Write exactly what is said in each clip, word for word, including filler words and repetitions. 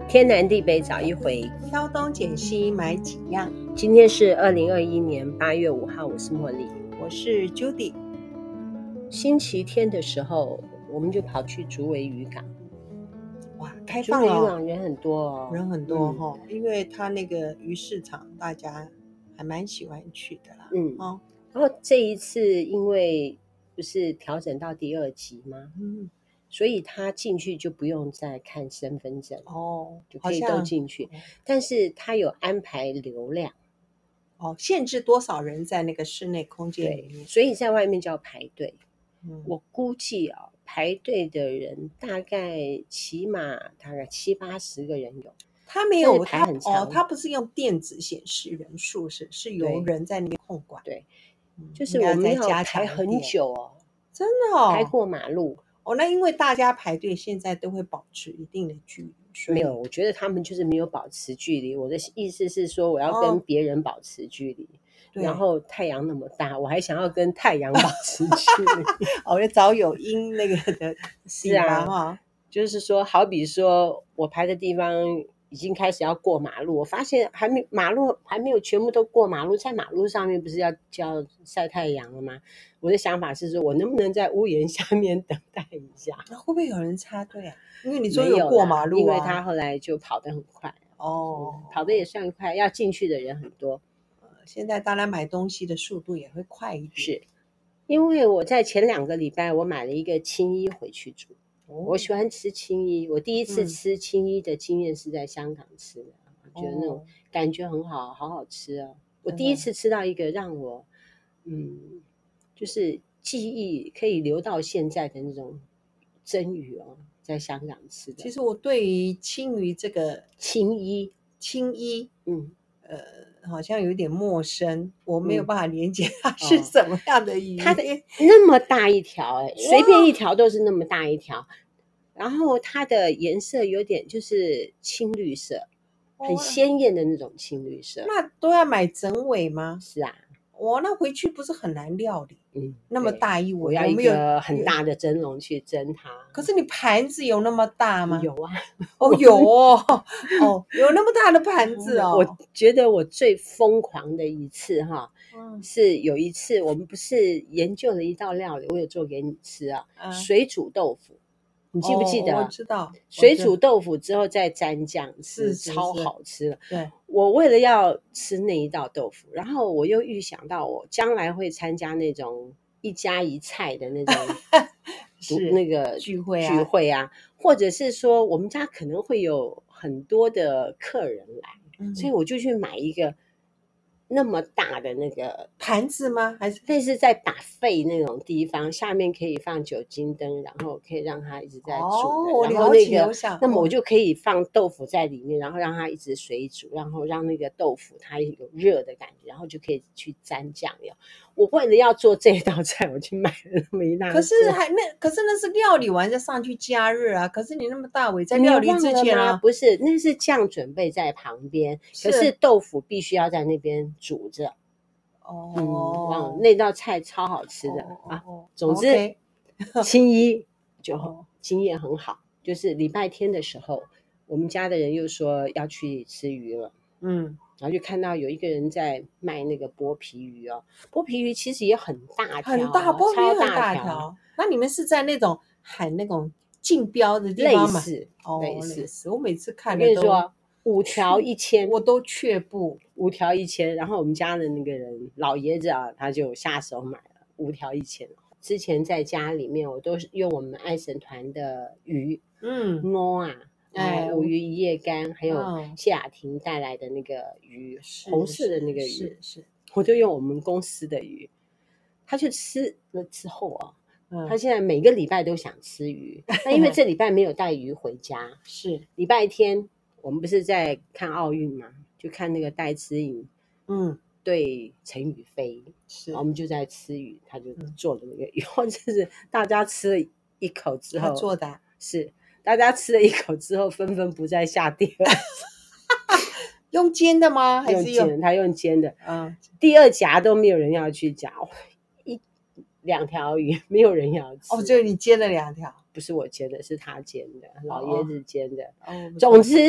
天南地北找一回， 挑东拣西买几样。 今天是二零二一年八月五号，我是茉莉， 我是 Judy。 星期天的时候，我们就跑去竹围渔港。 哇，开竹围渔放了哦， 港人很多哦， 人很多嗯哈、哦因为它那个鱼市场大家还蛮喜欢去的啦。 嗯哦， 然后这一次因为不是调整到第二级吗？ 嗯， 所以他进去就不用再看身份证， 哦， 就可以好像都进去。但是他有安排流量， 哦，限制多少人在那个室内空间里对， 面。 所以在外面就要排队。 嗯， 我估计啊，排队的人大概起码大概七八十个人有。 它没有但是排它很长哦，它不是用电子显示人数，是是由对人在那边控管。 对， 嗯就是我们要应该再加排很强一点， 久哦， 真的哦， 排过马路。 哦，那因为大家排队现在都会保持一定的距离，所以没有，我觉得他们就是没有保持距离。我的意思是说，我要哦跟别人保持距离。 对然后太阳那么大，我还想要跟太阳保持距离。 哦，要找有阴那个的是地方啊， 哈。 就是说，好比说我排的地方已经开始要过马路，我发现还没马路还没有全部都过马路，在马路上面不是要就要晒太阳了吗？我的想法是说，我能不能在屋檐下面等待一下？ 那会不会有人插队啊？因为你说没有啦过马路啊， 因为他后来就跑得很快， 哦， 跑得也算快，要进去的人很多。 现在大家买东西的速度也会快一点。 是因为我在前两个礼拜我买了一个青衣回去煮， 哦我喜欢吃青衣，我第一次嗯吃青衣的经验是在香港吃的，我觉得那种哦感觉很好，好好吃啊！我真的第一次吃到一个让我嗯，就是记忆可以留到现在的那种蒸鱼哦，在香港吃的其实我对于青鱼这个青衣， 青衣， 嗯， 呃，好像有一点陌生，我没有嗯办法连接它是哦什么样的鱼。 它的那么大一条、欸，随便一条都是那么大一条，然后它的颜色有点就是青绿色，很哇鲜艳的那种青绿色。 那都要买整尾吗？ 是啊， 哇，那回去不是很难料理？ 嗯， 那么对大一尾， 我要一我们有个很大的蒸笼去蒸它。 可是你盘子有那么大吗？ 有啊， 哦，有哦，哦，有那么大的盘子哦。 我觉得我最疯狂的一次哈， 嗯是有一次我们不是研究了一道料理，我有做给你吃啊， 嗯水煮豆腐，你记不记得？ 哦我知道， 水我知煮豆腐之后再沾酱吃， 是是超是好吃的。 对， 我为了要吃那一道豆腐，然后我又预想到我将来会参加那种一家一菜的那种是那个聚会啊聚会啊，或者是说我们家可能会有很多的客人来， 嗯所以我就去买一个那么大的那个盘子吗？还是类似在打沸那种地方，下面可以放酒精灯，然后可以让它一直在煮的。 哦我然后那个了解我，想哦那么我就可以放豆腐在里面，然后让它一直水煮，然后让那个豆腐它有热的感觉，然后就可以去沾酱油。我为了要做这道菜，我去买了那么一大锅。 可是还那可是那是料理完再上去加热啊。可是你那么大尾，在你料理之忘了吗？ 前啊， 不是，那是酱准备在旁边，可是是豆腐必须要在那边煮着。嗯，忘了哦， 那道菜超好吃的哦啊。 哦总之 OK 青衣就哦经验很好，就是礼拜天的时候，我们家的人又说要去吃鱼了， 嗯， 然后就看到有一个人在卖那个剥皮鱼哦，剥皮鱼其实也很大条， 很大，剥皮超很大条， 条。那你们是在那种喊那种竞标的地类方买？ 似哦， 类似。 似。我每次我看的都跟你说，五条一千， 我都却步。 五条一千，然后我们家的那个人老爷子啊，他就下手买了五条一千。之前在家里面，我都是用我们爱神团的鱼， 嗯， 摸啊， 哎哎，五鱼一夜干，还有嗯谢雅婷带来的那个鱼， 是红色的那个鱼， 是是， 我就用我们公司的鱼。他去吃了之后啊， 嗯他现在每个礼拜都想吃鱼，那因为这礼拜没有带鱼回家， 是礼拜天我们不是在看奥运嘛，就看那个戴资颖嗯对陈宇飞， 是然后我们就在吃鱼，他就做了那个鱼，然后就是大家吃了一口之后， 他做的啊是大家吃了一口之后，纷纷不再下第二用煎的吗？还用是用煎，他用煎的， 嗯第二夹都没有人要去夹，一两条鱼没有人要吃。 哦，就你煎了两条， 不是我煎的，是他煎的，老爷子煎的。 哦，不错总之，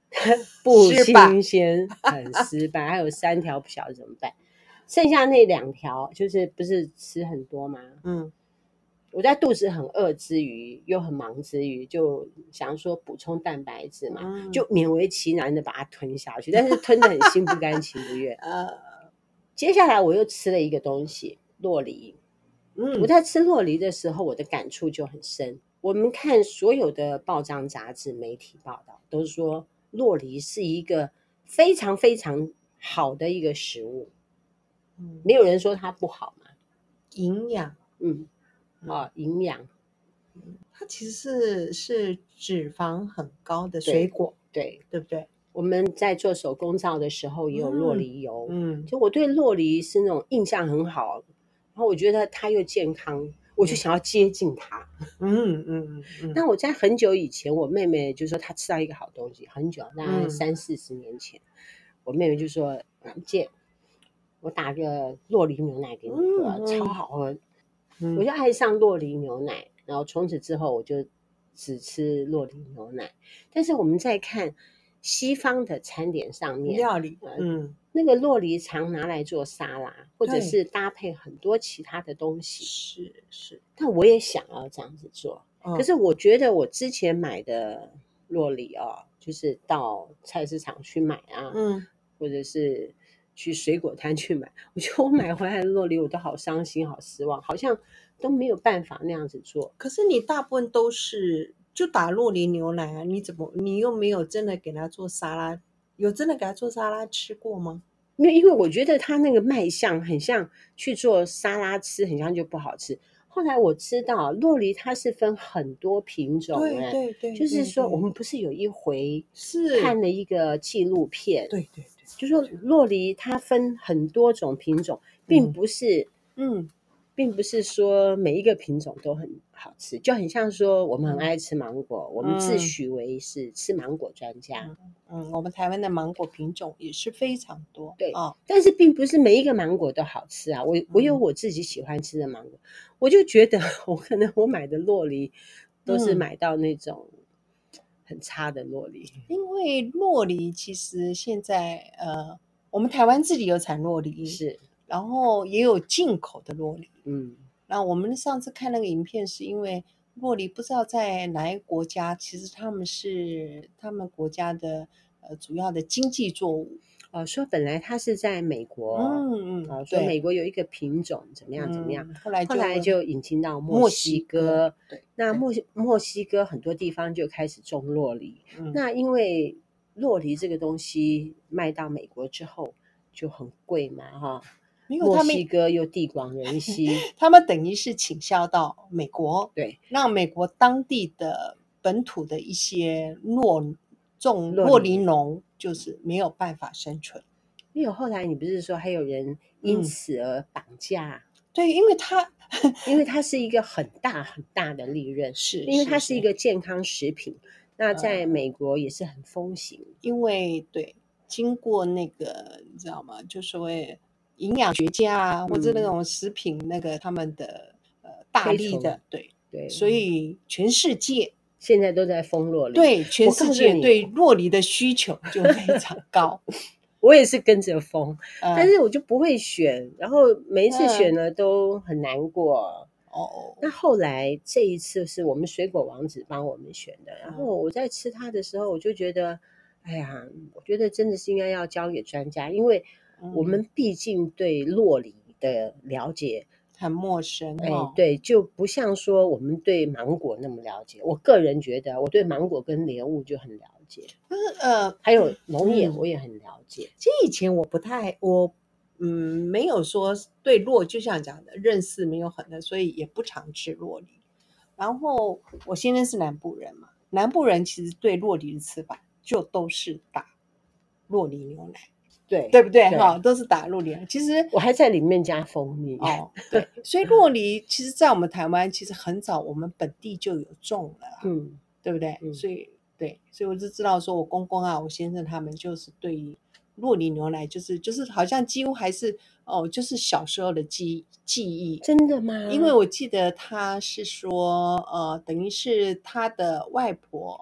不失败新鲜，很失败。还有三条不晓得怎么办，剩下那两条就是不是吃很多吗？ 嗯， 我在肚子很饿之余，又很忙之余，就想说补充蛋白质嘛， 嗯就勉为其难的把它吞下去，但是吞的很心不甘情不愿。 呃， 接下来我又吃了一个东西，洛梨。我嗯， 在吃洛梨的时候，我的感触就很深。我们看所有的报章、杂志、媒体报道，都是说洛梨是一个非常非常好的一个食物， 嗯没有人说它不好嘛。 营养， 嗯，啊，营养， 它其实是是脂肪很高的对水果， 对。 对不对？ 我们在做手工皂的时候也有洛梨油， 嗯， 就我对洛梨是那种印象很好，然后我觉得它又健康，我就想要接近它。 嗯嗯嗯嗯， 那我在很久以前，我妹妹就说她吃到一个好东西，很久，大概嗯三四十年前，我妹妹就说：姐，我打个洛梨牛奶给你喝， 嗯嗯超好喝。 嗯我就爱上洛梨牛奶，然后从此之后我就只吃洛梨牛奶。但是我们再看西方的餐点上面， 料理， 呃嗯， 那个洛梨常拿来做沙拉，或者对是搭配很多其他的东西。 是是， 但我也想要这样子做， 嗯可是我觉得我之前买的洛梨哦，就是到菜市场去买啊， 嗯， 或者是去水果摊去买，我觉得我买回来的洛梨我都好伤心、好失望，好像都没有办法那样子做。 可是你大部分都是就打洛梨牛奶啊，你怎么你又没有真的给它做沙拉？有真的给它做沙拉吃过吗？ 因为因为我觉得它那个卖相很像去做沙拉吃，很像就不好吃。后来我知道洛梨它是分很多品种， 对哎， 对对， 就是说对我们不是有一回是看了一个纪录片， 对对对， 就说洛梨它分很多种品种，并不是， 嗯并不是说每一个品种都很好吃，就很像说我们很爱吃芒果，我们自嗯诩为是吃芒果专家， 嗯，我们台湾的芒果品种也是非常多， 对啊， 但是并不是每一个芒果都好吃啊。我我有我自己喜欢吃的芒果，我就觉得我可能我买的洛梨都是嗯买到那种很差的洛梨， 因为洛梨其实现在呃，我们台湾自己有产洛梨， 是， 然后也有进口的洛梨。 嗯， 那我们上次看那个影片，是因为洛梨不知道在哪一个国家，其实他们是他们国家的呃主要的经济作物。 哦，说本来它是在美国， 嗯嗯， 哦，说对， 美国有一个品种怎么样怎么样， 嗯，后来后来就引进到墨墨西西哥哥， 对， 那对墨西墨西哥很多地方就开始种洛梨， 嗯那因为洛梨这个东西卖到美国之后就很贵嘛，哈，墨因为他们西哥又地广人稀， 他们等于是倾销到美国， 对， 让美国当地的本土的一些洛种洛洛梨梨农就是没有办法生存。 因为后来你不是说还有人因此而绑架， 对，因为它因为它是一个很大很大的利润， 是因为它是是一个健康食品，那在美国也是很风行。 因为对经过那个你知道吗？就所谓营养学家啊，或者那种食品那个他们的呃大力推的对， 对， 所以全世界现在都在封洛梨。 对全世我告诉你界对洛梨的需求就非常高。 我也是跟着封， 呃但是我就不会选，然后每一次嗯选了都很难过。 哦， 那后来这一次是我们水果王子帮我们选的，然后我在吃它的时候，我就觉得，哎呀，我觉得真的是应该要交给专家，因为我们毕竟对洛梨的了解很陌生哎哦，， 对，就不像说我们对芒果那么了解。我个人觉得，我对芒果跟莲雾就很了解， 呃， 还有龙眼嗯我也很了解。 其实以前我不太我。嗯，没有说对洛，就像讲的认识没有很的，所以也不常吃洛梨。然后我先生是南部人嘛，南部人其实对洛梨的吃法就都是打洛梨牛奶， 对对不对？ 对哈，都是打洛梨。其实我还在里面加蜂蜜。 哦，对，所以洛梨其实，在我们台湾其实很早，我们本地就有种了啦， 嗯， 对不对？ 嗯所以对，所以我就知道说，我公公啊，我先生他们就是对于洛梨牛奶，就是就是好像几乎还是哦，就是小时候的记记忆。 真的吗？ 因为我记得他是说，呃，等于是他的外婆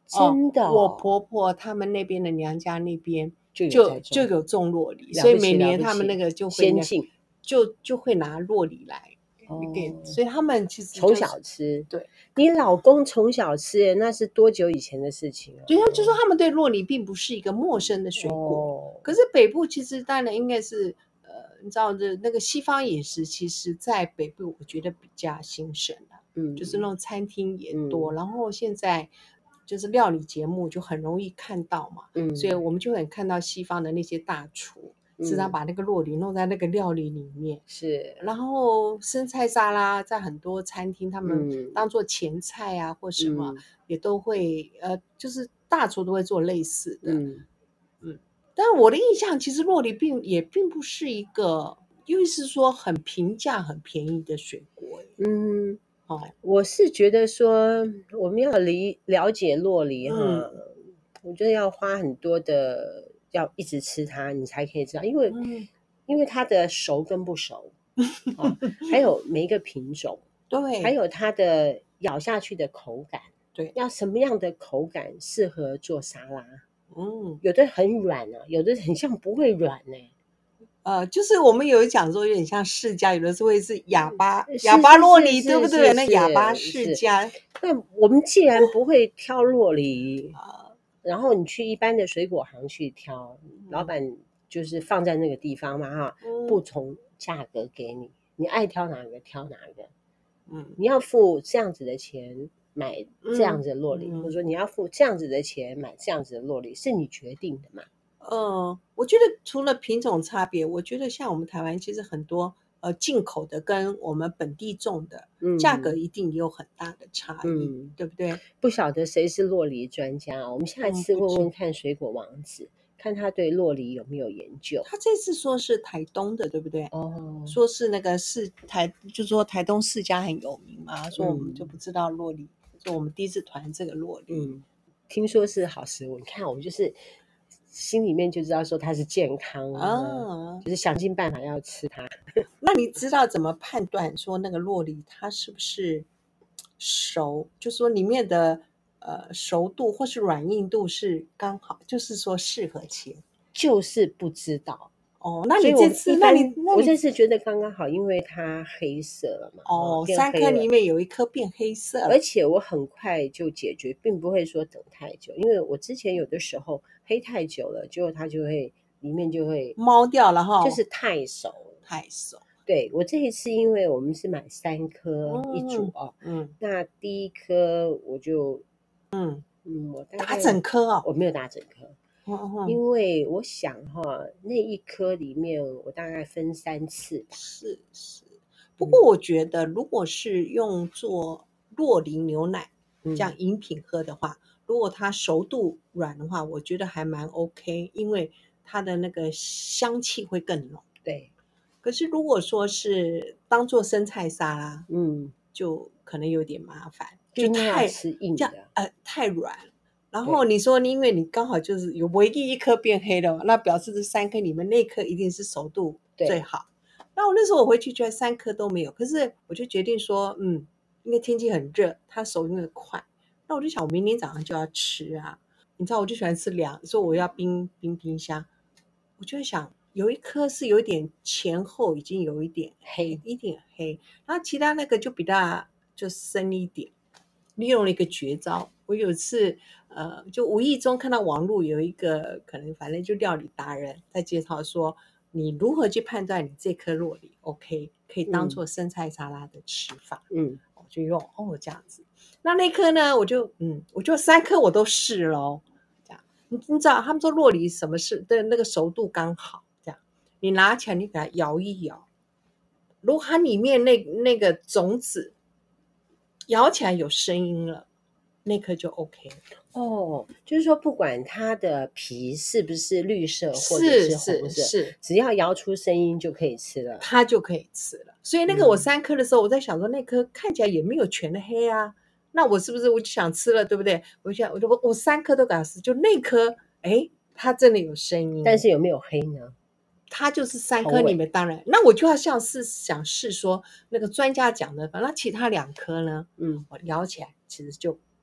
真的、哦哦，我婆婆他们那边的娘家那边就有就在种就有种酪梨， 了所以不起了不每年他们起那个就会那先进就就会拿酪梨来给， 哦， 所以他们其实就是从小吃。 对， 你老公从小吃，那是多久以前的事情啊？ 对，就说他们对酪梨并不是一个陌生的水果。 哦， 可是北部其实当然应该是呃，你知道的那个西方饮食，其实在北部我觉得比较兴盛啊， 嗯， 就是那种餐厅也多， 嗯然后现在就是料理节目就很容易看到嘛， 嗯， 所以我们就很看到西方的那些大厨，时常嗯把那个酪梨弄在那个料理里面。 是， 然后生菜沙拉在很多餐厅，他们嗯当做前菜啊或什么， 嗯也都会呃，就是大厨都会做类似的。 嗯嗯，但我的印象其实酪梨并也并不是一个，因为是说很平价、很便宜的水果。 嗯， 哦， 我是觉得说我们要理了解酪梨哈， 嗯我觉得要花很多的，要一直吃它，你才可以知道，因为、 嗯， 因为它的熟跟不熟啊，还有每一个品种， 对， 还有它的咬下去的口感， 对， 要什么样的口感适合做沙拉？ 嗯有的很软啊，有的很像不会软呢、 呃，就是我们有讲说有点像释迦，有的时候会是哑巴是哑巴是是酪梨，对不是对？ 是那哑巴是释迦那我们既然不会挑酪梨， 啊， 然后你去一般的水果行去挑，老嗯板就是放在那个地方嘛哈，不嗯同价格给你，你爱挑哪个挑哪个， 嗯你要付这样子的钱买这样子的酪梨， 嗯嗯或者说你要付这样子的钱买这样子的酪梨，是你决定的嘛？ 呃，我觉得除了品种差别，我觉得像我们台湾其实很多呃进口的跟我们本地种的嗯， 价格一定也有很大的差异， 嗯对不对？ 不晓得谁是酪梨专家啊？我们下一次嗯不知问问看水果王子，看他对酪梨有没有研究。 他这次说是台东的，对不对？ 哦， 说是那个是台，就说台东世家很有名嘛，说我们就不知道酪梨，说我们第一次团这个酪梨， 嗯，听说是好食物，你看我们就是心里面就知道说它是健康啊， 啊， 就是想尽办法要吃它。 那你知道怎么判断说那个酪梨它是不是熟？就说里面的呃熟度或是软硬度是刚好，就是说适合切。 就是不知道， 哦，那所以我们你这次， 一般那你那我这你次觉得刚刚好，因为它黑色了嘛， 哦， 变黑了三颗里面有一颗变黑色了而且我很快就解决，并不会说等太久，因为我之前有的时候黑太久了，结果它就会里面就会猫掉了哈， 就是太熟了。 太熟。 对，我这一次，因为我们是买三颗一组哦， 嗯那第一颗我就嗯， 嗯，我大打概整颗哦， 我没有打整颗， 嗯嗯， 因为我想哈，那一颗里面我大概分三次吧。 是是。不过我觉得，如果是用做酪梨牛奶嗯这样饮品喝的话，如果它熟度软的话，我觉得还蛮 OK，因为它的那个香气会更浓。 对， 可是如果说是当做生菜沙拉， 嗯， 就可能有点麻烦， 就应该要太吃硬这样的， 呃太软。然后你说你因为你刚好就是有唯一一颗变黑的嘛，那表示这三颗里面那颗一定是熟度对最好。那我那时候我回去觉得三颗都没有，可是我就决定说，嗯，因为天气很热，它熟应该快。那我就想，我明天早上就要吃啊，你知道，我就喜欢吃凉，说我要冰冰冰箱，我就想有一颗是有一点前后已经有一点黑， 一点黑，然后其他那个就比它就深一点。利用了一个绝招，我有一次呃，就无意中看到网络有一个可能反正就料理达人在介绍说，你如何去判断你这颗酪梨 OK 可以当做生菜沙拉的吃法， 嗯， 我就用哦这样子。那那颗呢，我就嗯，我就三颗我都试了哦，这样你你知道他们说酪梨什么是的那个熟度刚好，这样你拿起来你给它摇一摇，如果它里面那那个种子摇起来有声音了，那颗就 OK 了。 哦，就是说不管它的皮是不是绿色或者是是红色， 是是， 只要摇出声音就可以吃了。 它就可以吃了。所以那个嗯我三颗的时候，我在想说那颗看起来也没有全的黑啊，那我是不是我就想吃了，对不对？我就想我就我我三颗都给它吃，就那颗，哎，它真的有声音， 但是有没有黑呢？ 它就是三口味颗里面，当然，那我就要像是想试说那个专家讲的，反正其他两颗呢， 嗯， 我摇起来其实就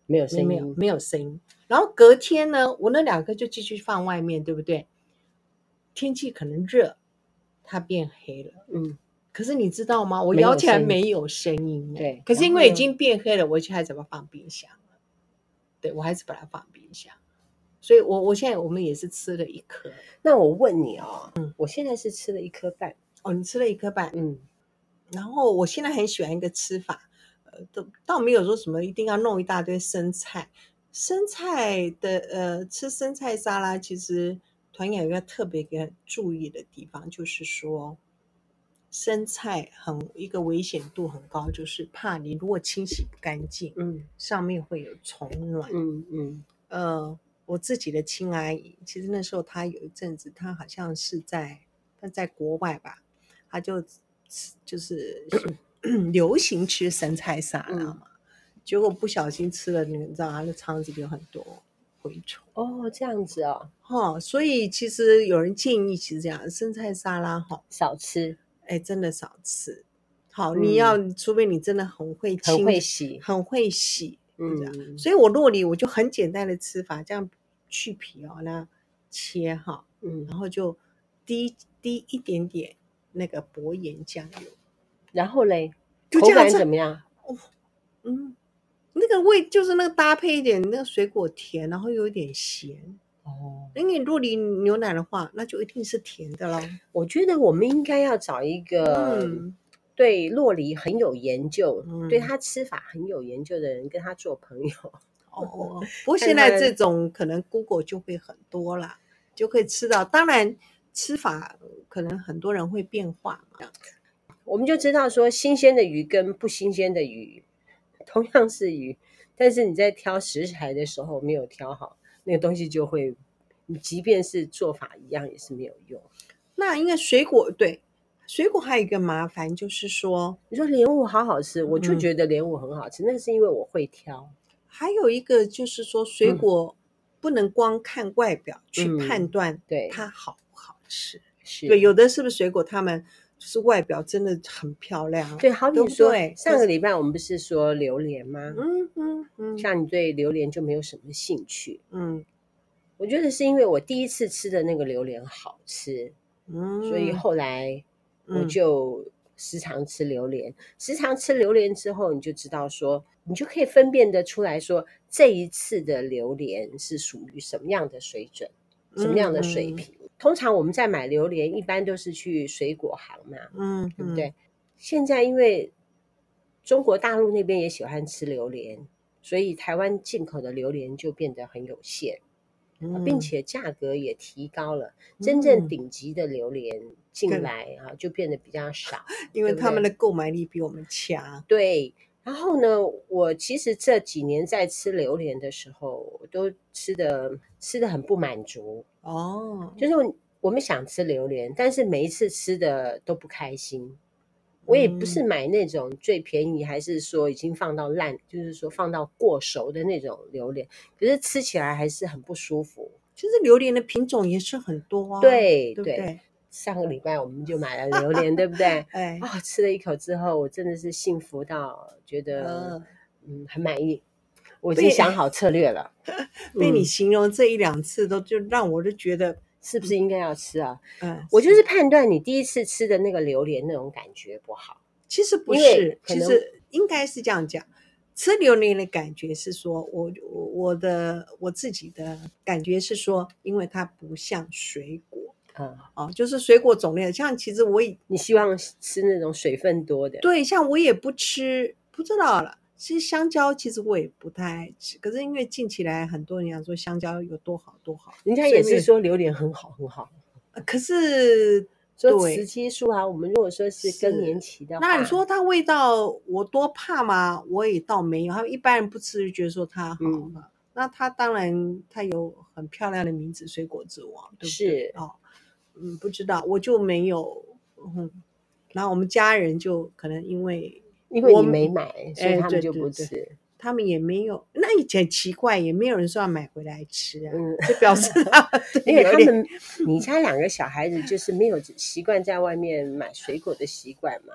没有声音， 没有没有声音。然后隔天呢，我那两颗就继续放外面，对不对？天气可能热，它变黑了。 嗯， 可是你知道吗？我没有摇起来声音没有声音。 对可是因然后呢为已经变黑了，我就还是把它放冰箱了。对，我还是把它放冰箱。所以我我现在我们也是吃了一颗。 那我问你哦，我现在是吃了一颗半。 哦，你吃了一颗半。 嗯， 然后我现在很喜欢一个吃法，呃，倒倒没有说什么一定要弄一大堆生菜。生菜的呃，吃生菜沙拉，其实团养有个特别给注意的地方，就是说生菜很一个危险度很高，就是怕你如果清洗不干净， 嗯上面会有虫卵。 嗯嗯呃，我自己的亲阿姨，其实那时候她有一阵子，她好像是在她在国外吧，她就就是流行吃生菜沙拉嘛， 嗯结果不小心吃了，你知道，她的肠子里有很多蛔虫。 哦，这样子哦， 哈、所以其实有人建议，其实这样生菜沙拉哈， 少吃， 哎，真的少吃。好， 嗯你要除非你真的很会清， 很会洗， 很会洗，这样。 嗯所以我洛梨我就很简单的吃法，这样去皮哦，那切哈， 嗯， 然后就滴滴一点点那个薄盐酱油， 然后嘞，口就这样子感怎么样？ 嗯，那个味就是那个搭配一点那个水果甜，然后有一点咸。 哦， 因为洛梨牛奶的话，那就一定是甜的咯。 我觉得我们应该要找一个嗯对洛梨很有研究， 嗯对他吃法很有研究的人，跟他做朋友。 哦，不过现在这种可能 Google 就会很多啦，就可以吃到。当然吃法可能很多人会变化嘛。 我们就知道说，新鲜的鱼跟不新鲜的鱼同样是鱼，但是你在挑食材的时候没有挑好，那个东西就会，你即便是做法一样也是没有用。 那应该水果对水果还有一个麻烦就是说， 你说莲雾好好吃，我就嗯觉得莲雾很好吃，那是因为我会挑。 还有一个就是说，水果不能光看外表去嗯判断对它好不好吃。 是对，有的是不是水果它们就是外表真的很漂亮？ 对，好比对不说对上个礼拜我们不是说榴莲吗？ 嗯嗯嗯像你对榴莲就没有什么兴趣， 嗯我觉得是因为我第一次吃的那个榴莲好吃， 嗯， 所以后来我嗯就时常吃榴莲。时常吃榴莲之后，你就知道说，你就可以分辨得出来说，这一次的榴莲是属于什么样的水准，什么样的水嗯平。通常我们在买榴莲，一般都是去水果行嘛， 嗯， 对不对？现在因为中国大陆那边也喜欢吃榴莲，所以台湾进口的榴莲就变得很有限。 嗯？ 并且价格也提高了，真正顶级的榴莲进来啊，就变得比较少， 因为对不对他们的购买力比我们强。 对。然后呢，我其实这几年在吃榴莲的时候，我都吃的吃的很不满足， 哦， 就是我们想吃榴莲，但是每一次吃的都不开心。我也不是买那种最便宜，还是说已经放到烂，就是说放到过熟的那种榴莲，可是吃起来还是很不舒服。 其实榴莲的品种也是很多啊， 对对不对？ 上个礼拜我们就买了榴莲，对不对？ 哎， 啊、吃了一口之后，我真的是幸福到觉得呃嗯很满意。我已经想好策略了， 被你嗯形容这一两次都就让我就觉得， 是不是应该要吃啊？ 嗯， 我就是判断你第一次吃的那个榴莲那种感觉不好。 其实不因为是， 可能其实应该是这样讲。吃榴莲的感觉是说，我我我的我自己的感觉是说，因为它不像水果嗯， 哦，就是水果种类，像其实我也你希望吃那种水分多的？ 对，像我也不吃，不知道了。其实香蕉其实我也不太爱吃，可是因为近期来很多人讲说香蕉有多好多好， 人家也是说榴莲很好很好， 呃可是说对雌激素啊，我们如果说是更年期的话， 那你说它味道我多怕吗？我也倒没有，他们一般人不吃就觉得说它好。 嗯那它当然它有很漂亮的名字，水果之王，对不对？ 是哦，嗯，不知道，我就没有，嗯，然后我们家人就可能因为因为你我们没买，所以哎他们就不对对对吃。 他们也没有，那也很奇怪，也没有人说要买回来吃啊， 嗯就表示他们因为他有点们，你家两个小孩子就是没有习惯在外面买水果的习惯嘛。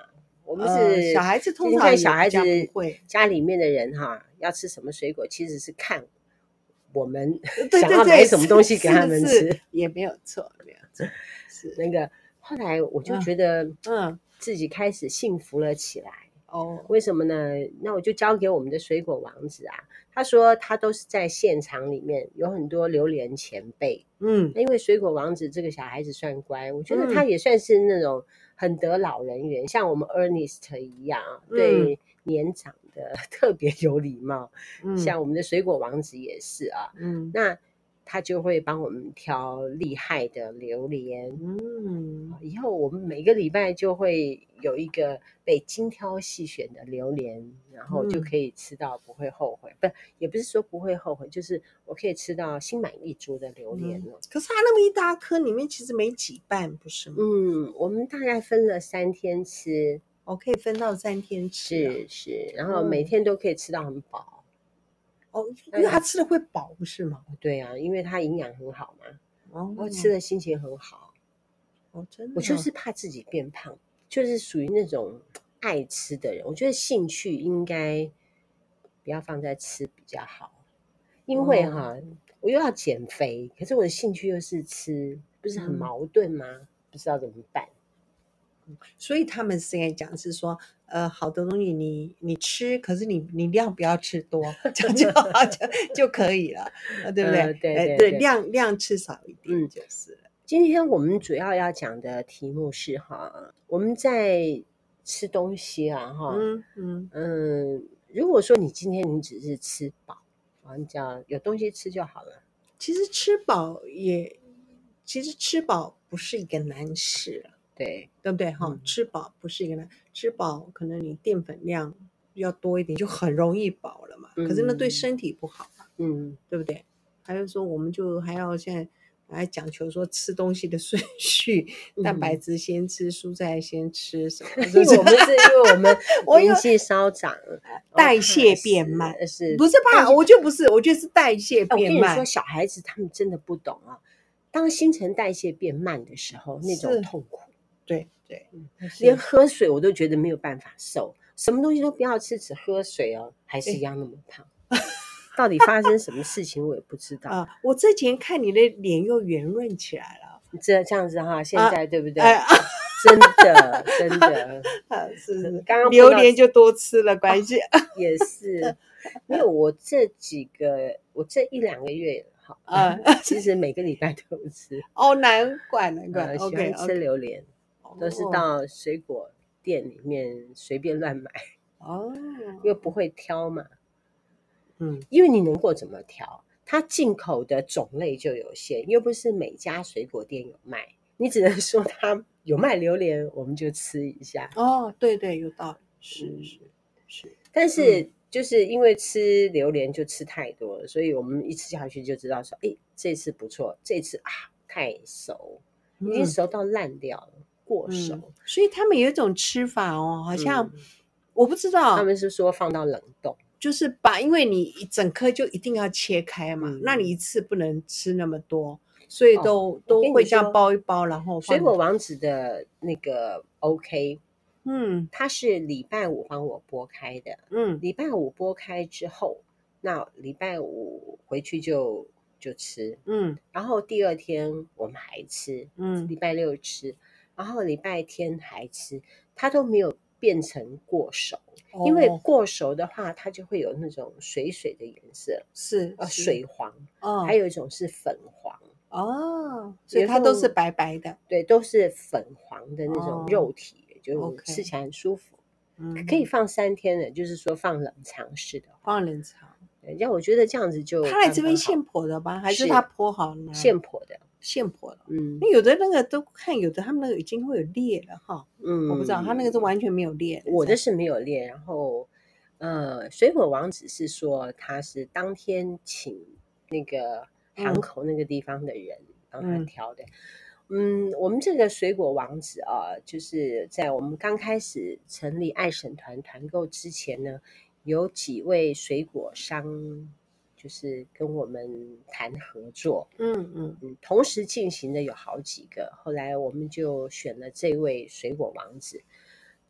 我们呃是、 小孩子通你常也看小孩子比较不会家里面的人哈，要吃什么水果，其实是看我们对想要对对， 买什么东西是给他们吃。 是是也没有错，没有错，是那个后来我就嗯觉得， 嗯自己开始幸福了起来。 哦， 为什么呢？那我就交给我们的水果王子啊，他说他都是在现场里面有很多榴莲前辈。 嗯因为水果王子这个小孩子算乖，我觉得嗯他也算是那种很得老人缘，像我们 Ernest 一样， 嗯对年长的特别有礼貌。 嗯像我们的水果王子也是啊， 嗯那他就会帮我们挑厉害的榴莲。 嗯， 以后我们每个礼拜就会有一个被精挑细选的榴莲，然后就可以吃到不会后悔。不，也不是说不会后悔，就是我可以吃到心满意足的榴莲了。 可是它那么一大颗，里面其实没几瓣，不是吗？ 嗯，我们大概分了三天吃， 我可以分到三天吃啊。 是是，然后每天都可以吃到很饱。 哦，因为它吃的会饱，不是吗？ 对啊，因为它营养很好嘛， 哦然后吃的心情很好。 哦，真的哦， 我就是怕自己变胖，就是属于那种爱吃的人。我觉得兴趣应该不要放在吃比较好，因为哦哈，我又要减肥，可是我的兴趣又是吃，不是很嗯矛盾吗？不知道怎么办。 所以他们现在讲是说，呃，好的东西你你吃，可是你你量不要吃多，这样就好就就可以了，呃对不对？ 呃对哎对对量量吃少一点嗯就是了。 今天我们主要要讲的题目是哈，我们在吃东西啊哈， 嗯嗯嗯，如果说你今天你只是吃饱啊，你只要有东西吃就好了。 其实吃饱也，其实吃饱不是一个难事了， 对， 对不对？哈、 嗯吃饱不是一个难，吃饱可能你淀粉量要多一点，就很容易饱了嘛。可是那对嗯身体不好嘛， 嗯， 对不对？还有说，我们就还要现在来讲求说吃东西的顺序，蛋白质先吃，蔬菜先吃，什么？ 因为我们是因为我们我有年纪稍长， 代谢变慢呃是不是怕，我就不是，我觉得是代谢哎我跟变慢你说，。小孩子他们真的不懂啊。当新陈代谢变慢的时候，那种是痛苦， 对对， 连喝水我都觉得没有办法受，什么东西都不要吃，只喝水哦，还是一样那么胖。到底发生什么事情我也不知道。 啊，我之前看你的脸又圆润起来了， 这这样子哈，现在对不对？ 哎， 真的真的， 啊是是， 刚刚榴莲就多吃了，关系。 也是，因为我这几个，我这一两个月哈， 啊， 其实每个礼拜都有吃， 哦，难怪难怪呃，喜 ，OK 欢吃 OK， 榴莲，都是到水果店里面随便乱买， 哦， 因为不会挑嘛， 嗯因为你能够怎么挑？它进口的种类就有限，又不是每家水果店有卖，你只能说它有卖榴莲，我们就吃一下。 哦，对对，有道理，是嗯是是， 但是就是因为吃榴莲就吃太多了，所以我们一吃下去就知道说，哎，这次不错，这次啊太熟，已经嗯熟到烂掉了，过熟。 嗯，所以他们有一种吃法哦，好像嗯我不知道， 他们是说放到冷冻， 就是把，因为你一整颗就一定要切开嘛， 嗯那你一次不能吃那么多，所以都、 我跟都你会这样说包一包，然后放水果王子的那个 OK， 嗯他是礼拜五帮我剥开的， 嗯礼拜五剥开之后，那礼拜五回去就就吃， 嗯然后第二天我们还吃， 嗯礼拜六吃，然后礼拜天还吃，它都没有变成过熟，因为哦过熟的话，它就会有那种水水的颜色，呃， 是是水黄， 哦还有一种是粉黄， 哦，所以有时候它都是白白的， 对，都是粉黄的那种哦肉体，就 OK 吃起来很舒服。 嗯， 可以放三天的，就是说放冷藏室的话， 放冷藏。 对让我觉得这样子就他来这边刚刚好现剖的吧？还是是他剖好了？ 现剖的， 现剖的。 嗯那有的那个都看，有的他们那个已经会有裂了哈， 嗯， 我不知道，他那个是完全没有裂。 我的是没有裂，然后呃，水果王子是说他是当天请那个港口那个地方的人帮他嗯挑的。嗯，我们这个水果王子啊，就是在我们刚开始成立爱审团团购之前呢，有几位水果商就是跟我们谈合作， 嗯嗯嗯，同时进行的有好几个，后来我们就选了这位水果王子。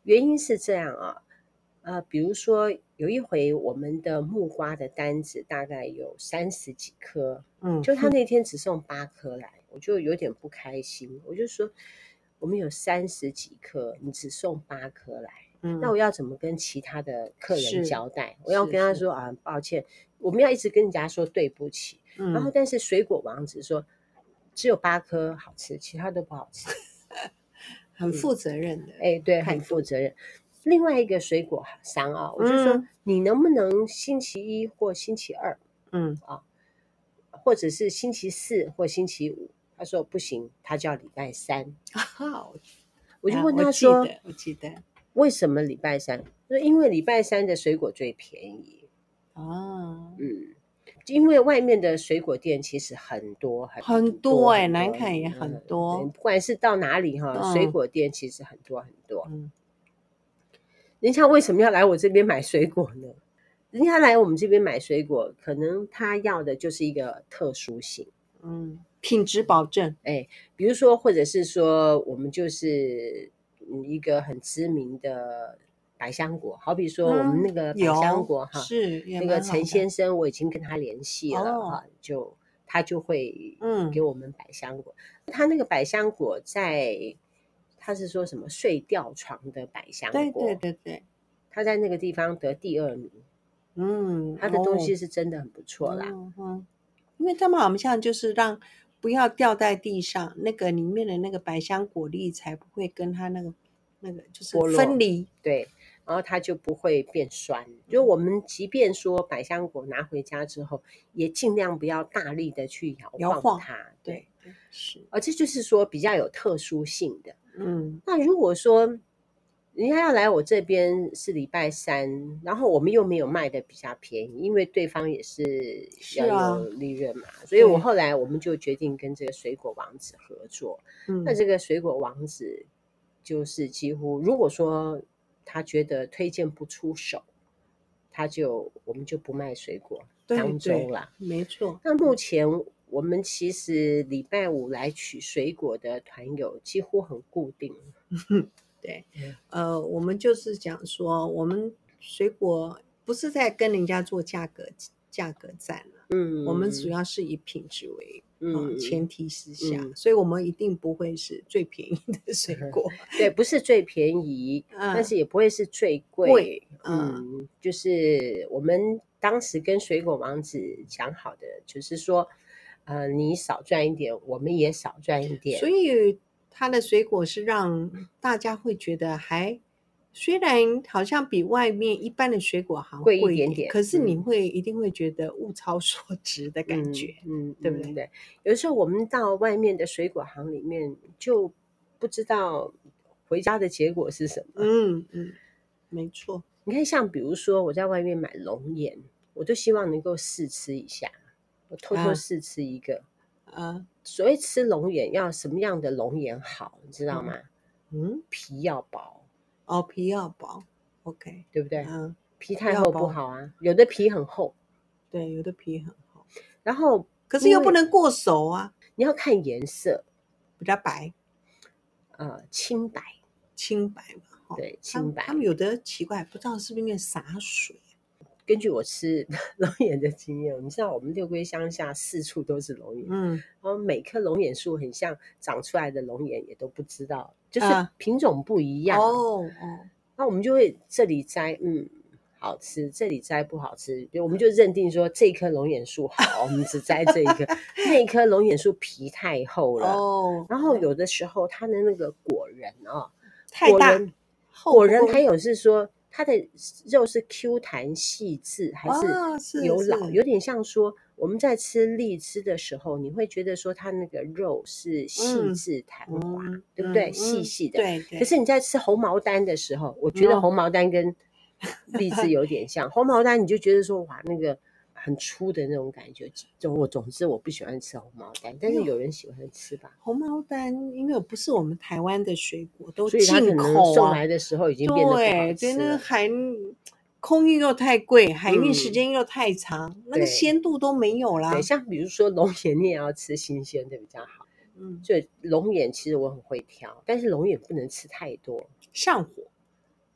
原因是这样啊，呃，比如说有一回我们的木瓜的单子大概有三十几颗， 嗯， 就他那天只送八颗来，我就有点不开心，我就说我们有三十几颗，你只送八颗来。 嗯， 那我要怎么跟其他的客人是交代？我要是跟他是说啊，抱歉，我们要一直跟人家说对不起。然后嗯， 但是水果王子说只有八颗好吃，其他都不好吃。 很负责任的， 哎，对， 态很负度， 责任。另外一个水果商啊，我就说、 嗯你能不能星期一或星期二嗯， 啊，或者是星期四或星期五？他说不行，他叫礼拜三。 好， 我就啊问他说， 我记得，我记得， 为什么礼拜三？他说因为礼拜三的水果最便宜。 啊， 嗯，因为外面的水果店其实很多很很多多哎、 很南多， 坎也很嗯， 多， 不管是到哪里哈，水嗯果店其实很多很多。 嗯， 人家为什么要来我这边买水果呢？人家来我们这边买水果，可能他要的就是一个特殊性， 嗯，品质保证， 哎，比如说，或者是说，我们就是嗯一个很知名的百香果，好比说我们那个百香有果哈， 是也那个蛮好的陈先生我已经跟他联系了哦哈，就他就会嗯给我们百香果。他那个百香果在他是说什么睡吊床的百香对果， 对对对， 他在那个地方得第二名， 嗯， 他的东西哦是真的很不错啦。 嗯嗯，因为他们好像就是让不要掉在地上，那个里面的那个百香果粒才不会跟它那个那个就是剥落分离。 对，然后它就不会变酸。就我们即便说百香果拿回家之后，也尽量不要大力的去摇摇晃晃它。对， 对对是， 而这就是说比较有特殊性的。 嗯那如果说人家要来我这边是礼拜三，然后我们又没有卖的比较便宜，因为对方也是要是啊有利润嘛，所以我对后来我们就决定跟这个水果王子合作。那嗯这个水果王子就是几乎，如果说他觉得推荐不出手，他就我们就不卖水果对当周对啦。 没错， 那目前我们其实礼拜五来取水果的团友几乎很固定。 对嗯， 呃，我们就是讲说，我们水果不是在跟人家做价格价格战了， 嗯， 我们主要是以品质为嗯嗯前提之下， 嗯所以我们一定不会是最便宜的水果。 对，不是最便宜， 嗯但是也不会是最贵。 贵嗯，就是我们当时跟水果王子讲好的，就是说，呃，你少赚一点，我们也少赚一点。 所以它的水果是让大家会觉得还。虽然好像比外面一般的水果行贵一贵点点可是你嗯会、一定会觉得物超所值的感觉。 嗯，嗯对不对嗯对，有时候我们到外面的水果行里面，就不知道回家的结果是什么。 嗯嗯，没错。 你看，像比如说我在外面买龙眼，我都希望能够试吃一下，我偷偷啊试吃一个。 啊， 所谓吃龙眼，要什么样的龙眼好，你知道吗？ 嗯， 皮要薄， 哦，皮要薄 ，OK， 对不对？ 嗯， 皮太厚要薄不好啊，有的皮很厚， 对，有的皮很厚， 然后可是又不能过熟啊， 你要看颜色， 比较白， 呃，清白， 清白嘛，哦对， 他们清白。 他们有的奇怪，不知道是不是因为洒水， 根据我吃龙眼的经验，你知道我们六龟乡下四处都是龙眼， 嗯， 然后每棵龙眼树很像长出来的龙眼，也都不知道，就是啊品种不一样。 哦哦， 那我们就会这里摘，嗯，好吃，这里摘不好吃，就我们就认定说这棵龙眼树好，我们只摘这一棵，那棵龙眼树皮太厚了。 哦， 然后有的时候它的那个果仁哦， 太大， 果仁厚不够果仁还有是说它的肉是 Q 弹细致，还啊是是有老， 是有点像说我们在吃荔枝的时候，你会觉得说它那个肉是细嗯致弹滑， 嗯对不对？ 嗯细细的。 对对， 可是你在吃红毛丹的时候，我觉得嗯红毛丹跟荔枝有点像。红毛丹你就觉得说哇，那个很粗的那种感觉。就我总之我不喜欢吃红毛丹，但是有人喜欢吃吧。 红毛丹因为不是我们台湾的水果，都所以它可进能口啊送来，的时候已经变得不好对对， 吃了。 那个海空运又太贵，海运嗯时间又太长，那个对鲜度都没有啦对，。像比如说龙眼，你也要吃新鲜的比较好。 嗯， 所以龙眼其实我很会挑，但是龙眼不能吃太多。 上火，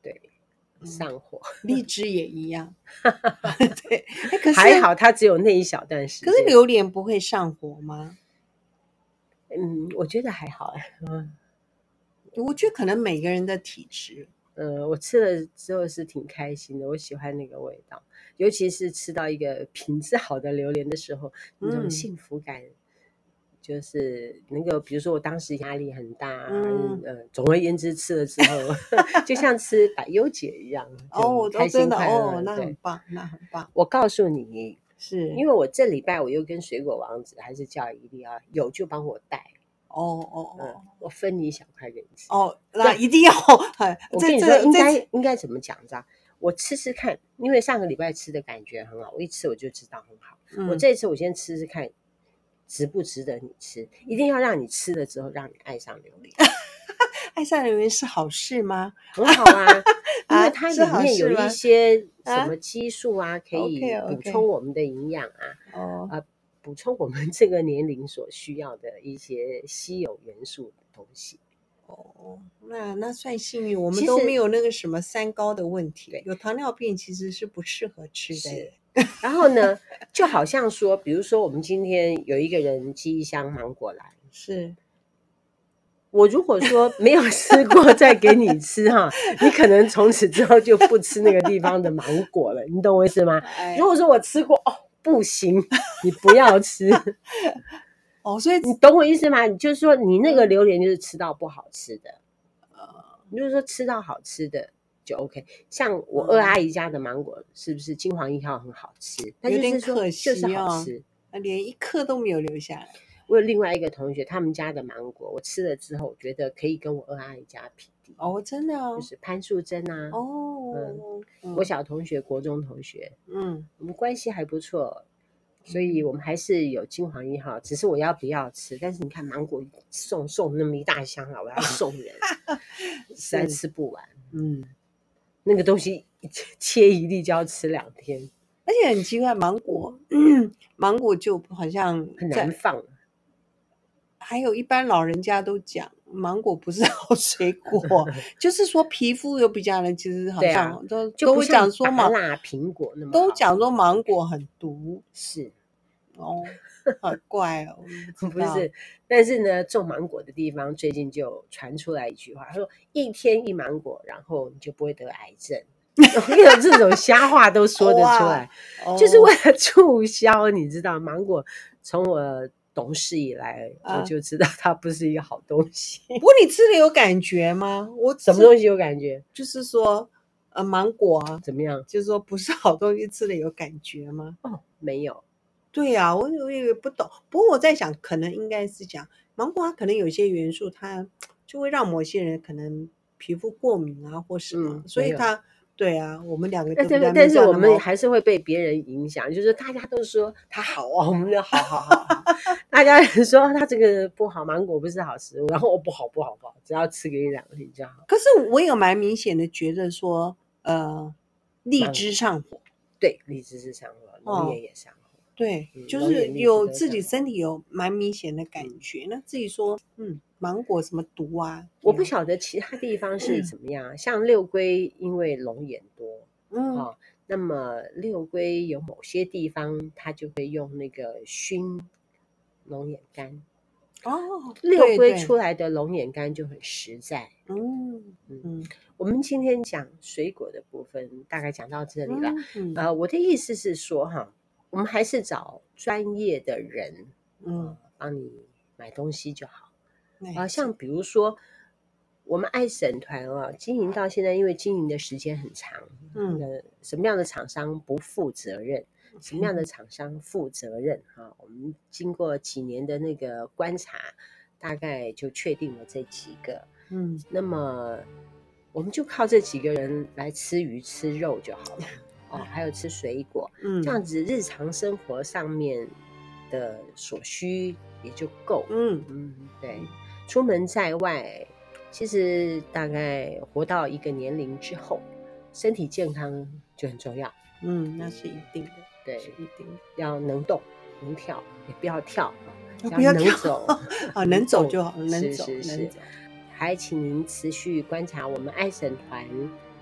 对，上火。 荔枝也一样。对，哎，可是还好它只有那一小段时间。 可是榴莲不会上火吗？ 嗯，我觉得还好哎。嗯， 我觉得可能每个人的体质。 呃，我吃了之后是挺开心的，我喜欢那个味道，尤其是吃到一个品质好的榴莲的时候，那种嗯幸福感，就是能够，比如说我当时压力很大啊， 嗯呃，总而言之吃了之后，就像吃百忧解一样， 哦哦， 就开心真的快乐。 哦，那很对， 棒，那很棒。 我告诉你， 是， 因为我这礼拜我又跟水果王子还是叫一定要有就帮我带， 哦哦嗯， 哦我分你一小块给你吃。 哦，那一定要。哎这我跟你说，应这这该应该怎么讲，你知道？我吃吃看，因为上个礼拜吃的感觉很好，我一吃我就知道很好。 嗯我这一次我先吃吃看，值不值得你吃？一定要让你吃了之后，让你爱上榴莲， 爱上榴莲是好事吗？ 很好啊。因为啊它是好里面有事吗一些什啊么激素啊，可以 OK，OK 补充我们的营养啊， 哦呃，补充我们这个年龄所需要的一些稀有元素的东西。 哦，那那算幸运，我们其实都没有那个什么三高的问题对。 有糖尿病其实是不适合吃的是耶。 然后呢，就好像说，比如说我们今天有一个人寄一箱芒果来， 是， 我如果说没有吃过再给你吃哈，你可能从此之后就不吃那个地方的芒果了，你懂我意思吗？ 哎如果说我吃过哦，不行，你不要吃， 哦，所以你懂我意思吗？你就是说你那个榴莲就是吃到不好吃的，你就是说吃到好吃的就 OK。像我二阿姨家的芒果，是不是金黄一号很好吃？但有点就是说可就是惜哦， 好吃。 连一颗都没有留下来。 我有另外一个同学，他们家的芒果，我吃了之后，我觉得可以跟我二阿姨家匹敌。 哦，真的哦， 就是潘素珍啊， 哦， 我小同学、国中同学， 嗯， 我们关系还不错，所以我们还是有金黄一号。只是我要不要吃？但是你看芒果送送那么一大箱啊，我要送人，实在吃不完。 嗯， 那个东西切一粒就要吃两天， 而且很奇怪，芒果，嗯，芒果就好像很难放。 还有一般老人家都讲，芒果不是好水果，就是说皮肤有比较人，其实好像、 啊、 都就都讲说芒辣苹果那么都讲说芒果很毒， 是哦，好怪哦，不, 不是？但是呢，种芒果的地方最近就传出来一句话，他说一天一芒果，然后你就不会得癌症。有这种瞎话都说得出来， 哦、 就是为了促销，你知道，芒果从我懂事以来， 啊、 我就知道它不是一个好东西。 不过你吃了有感觉吗？我什么东西有感觉？ 就是说，呃，芒果啊， 怎么样？ 就是说不是好东西，吃了有感觉吗？ 哦，没有。 对呀、啊，我我也不懂。不过我在想，可能应该是讲芒果，它可能有些元素，它就会让某些人可能皮肤过敏啊，或什么， 嗯、 所以它。对啊，我们两个都但是但是我们还是会被别人影响，就是大家都说它好啊，我们就好好好好，大家说它这个不好，芒果不是好食物，然后我不好不好不好，只要吃个一两粒就好。 可是我有蛮明显的觉得说，呃，荔枝上火， 对，荔枝是上火，龙眼也上火。哦， 对，嗯、就是有自己身体有蛮明显的感觉。嗯、那自己说，嗯，芒果什么毒啊？ 我不晓得其他地方是怎么样。嗯、像六龟，因为龙眼多，嗯、哦，那么六龟有某些地方它就会用那个熏龙眼干。 哦， 六龟出来的龙眼干就很实在。 嗯嗯嗯，我们今天讲水果的部分，大概讲到这里了。 嗯、 呃，我的意思是说哈。我们还是找专业的人，嗯，帮你买东西就好。啊、呃，像比如说我们爱省团啊，经营到现在，因为经营的时间很长，嗯，呃、什么样的厂商不负责任，什么样的厂商负责任啊？我们经过几年的那个观察，大概就确定了这几个，嗯，那么我们就靠这几个人来吃鱼吃肉就好了。哦，还有吃水果，嗯，这样子日常生活上面的所需也就够，嗯嗯，对。出门在外，其实大概活到一个年龄之后，身体健康就很重要， 嗯，那是一定的， 对， 是一定的， 要能动能跳，也不要跳， 不要能走啊，能走就好，能走， 是是是能走。 还请您持续观察我们爱省团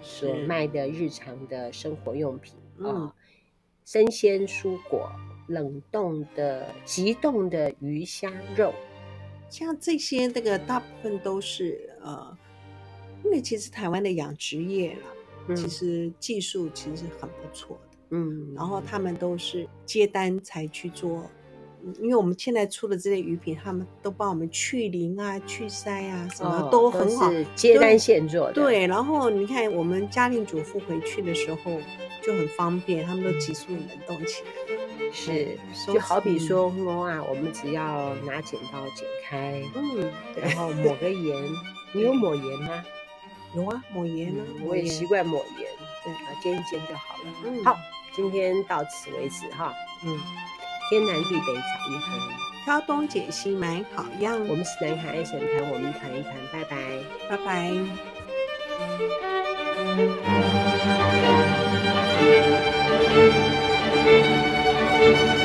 所是卖的日常的生活用品啊、 嗯哦生鲜蔬果、冷冻的、急冻的鱼虾肉。 像这些这个大部分都是呃，因为其实台湾的养殖业啦， 嗯其实技术其实是很不错的， 嗯， 然后他们都是接单才去做。嗯因为我们现在出的这些鱼品，他们都帮我们去鳞啊、去鳃啊，什么哦都很好， 是接单现做的。 对，然后你看我们家庭主妇回去的时候就很方便，他们都急速冷冻起来。 是对， 就好比嗯说乌龙啊，我们只要拿剪刀剪开， 嗯，对然后抹个盐。你有抹盐吗？ 有啊，抹盐啊， 嗯我也习惯抹盐， 对啊，煎一煎就好了。 嗯好，今天到此为止哈。 嗯， 天南地北找一横， 挑东拣西买好样， 我们是南海爱审团，我们谈一谈，拜拜。 拜拜。